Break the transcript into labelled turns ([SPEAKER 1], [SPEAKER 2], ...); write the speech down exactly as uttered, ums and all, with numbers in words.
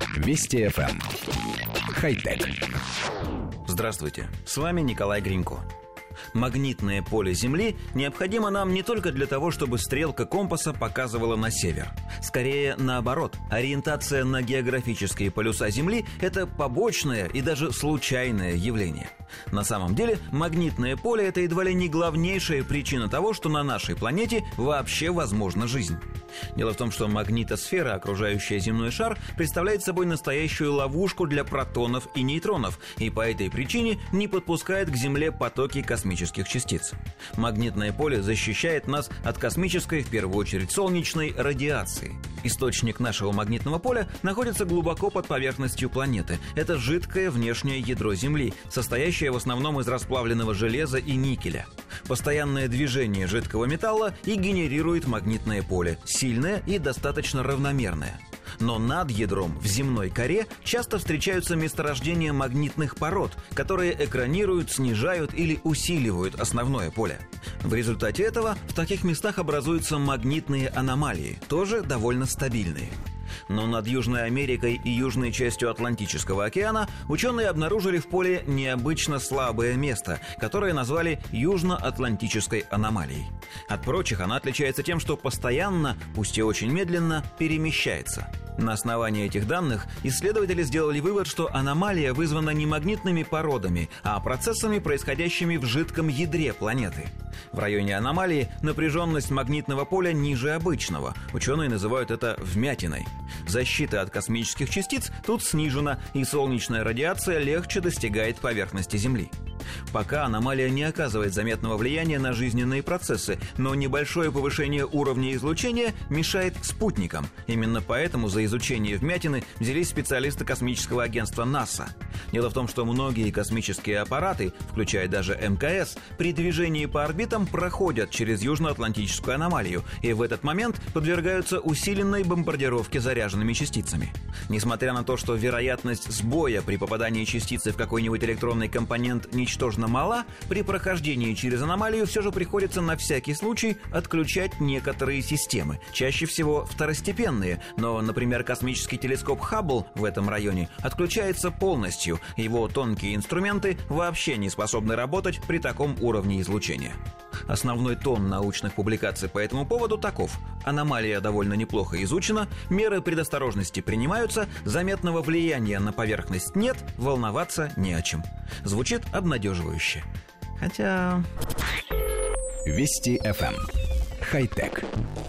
[SPEAKER 1] Вести эф эм. Хай-тек.
[SPEAKER 2] Здравствуйте, с вами Николай Гринько. Магнитное поле Земли необходимо нам не только для того, чтобы стрелка компаса показывала на север. Скорее, наоборот, ориентация на географические полюса Земли – это побочное и даже случайное явление. На самом деле, магнитное поле – это едва ли не главнейшая причина того, что на нашей планете вообще возможна жизнь. Дело в том, что магнитосфера, окружающая земной шар, представляет собой настоящую ловушку для протонов и нейтронов, и по этой причине не подпускает к Земле потоки космических частиц. Магнитное поле защищает нас от космической, в первую очередь солнечной, радиации. Источник нашего магнитного поля находится глубоко под поверхностью планеты. Это жидкое внешнее ядро Земли, состоящее в основном из расплавленного железа и никеля. Постоянное движение жидкого металла и генерирует магнитное поле, сильное и достаточно равномерное. Но над ядром в земной коре часто встречаются месторождения магнитных пород, которые экранируют, снижают или усиливают основное поле. В результате этого в таких местах образуются магнитные аномалии, тоже довольно стабильные. Но над Южной Америкой и южной частью Атлантического океана ученые обнаружили в поле необычно слабое место, которое назвали Южно-Атлантической аномалией. От прочих она отличается тем, что постоянно, пусть и очень медленно, перемещается. На основании этих данных исследователи сделали вывод, что аномалия вызвана не магнитными породами, а процессами, происходящими в жидком ядре планеты. В районе аномалии напряженность магнитного поля ниже обычного. Ученые называют это вмятиной. Защита от космических частиц тут снижена, и солнечная радиация легче достигает поверхности Земли. Пока аномалия не оказывает заметного влияния на жизненные процессы, но небольшое повышение уровня излучения мешает спутникам. Именно поэтому за изучение вмятины взялись специалисты космического агентства НАСА. Дело в том, что многие космические аппараты, включая даже эм ка эс, при движении по орбитам проходят через Южно-Атлантическую аномалию и в этот момент подвергаются усиленной бомбардировке заряженными частицами. Несмотря на то, что вероятность сбоя при попадании частицы в какой-нибудь электронный компонент ничтожно мала, при прохождении через аномалию все же приходится на всякий случай отключать некоторые системы, чаще всего второстепенные, но, например, космический телескоп Хаббл в этом районе отключается полностью, его тонкие инструменты вообще не способны работать при таком уровне излучения. Основной тон научных публикаций по этому поводу таков: аномалия довольно неплохо изучена, меры предосторожности принимаются, заметного влияния на поверхность нет, волноваться не о чем. Звучит обнадеживающе. Хотя...
[SPEAKER 1] Вести эф эм. Хай-тек.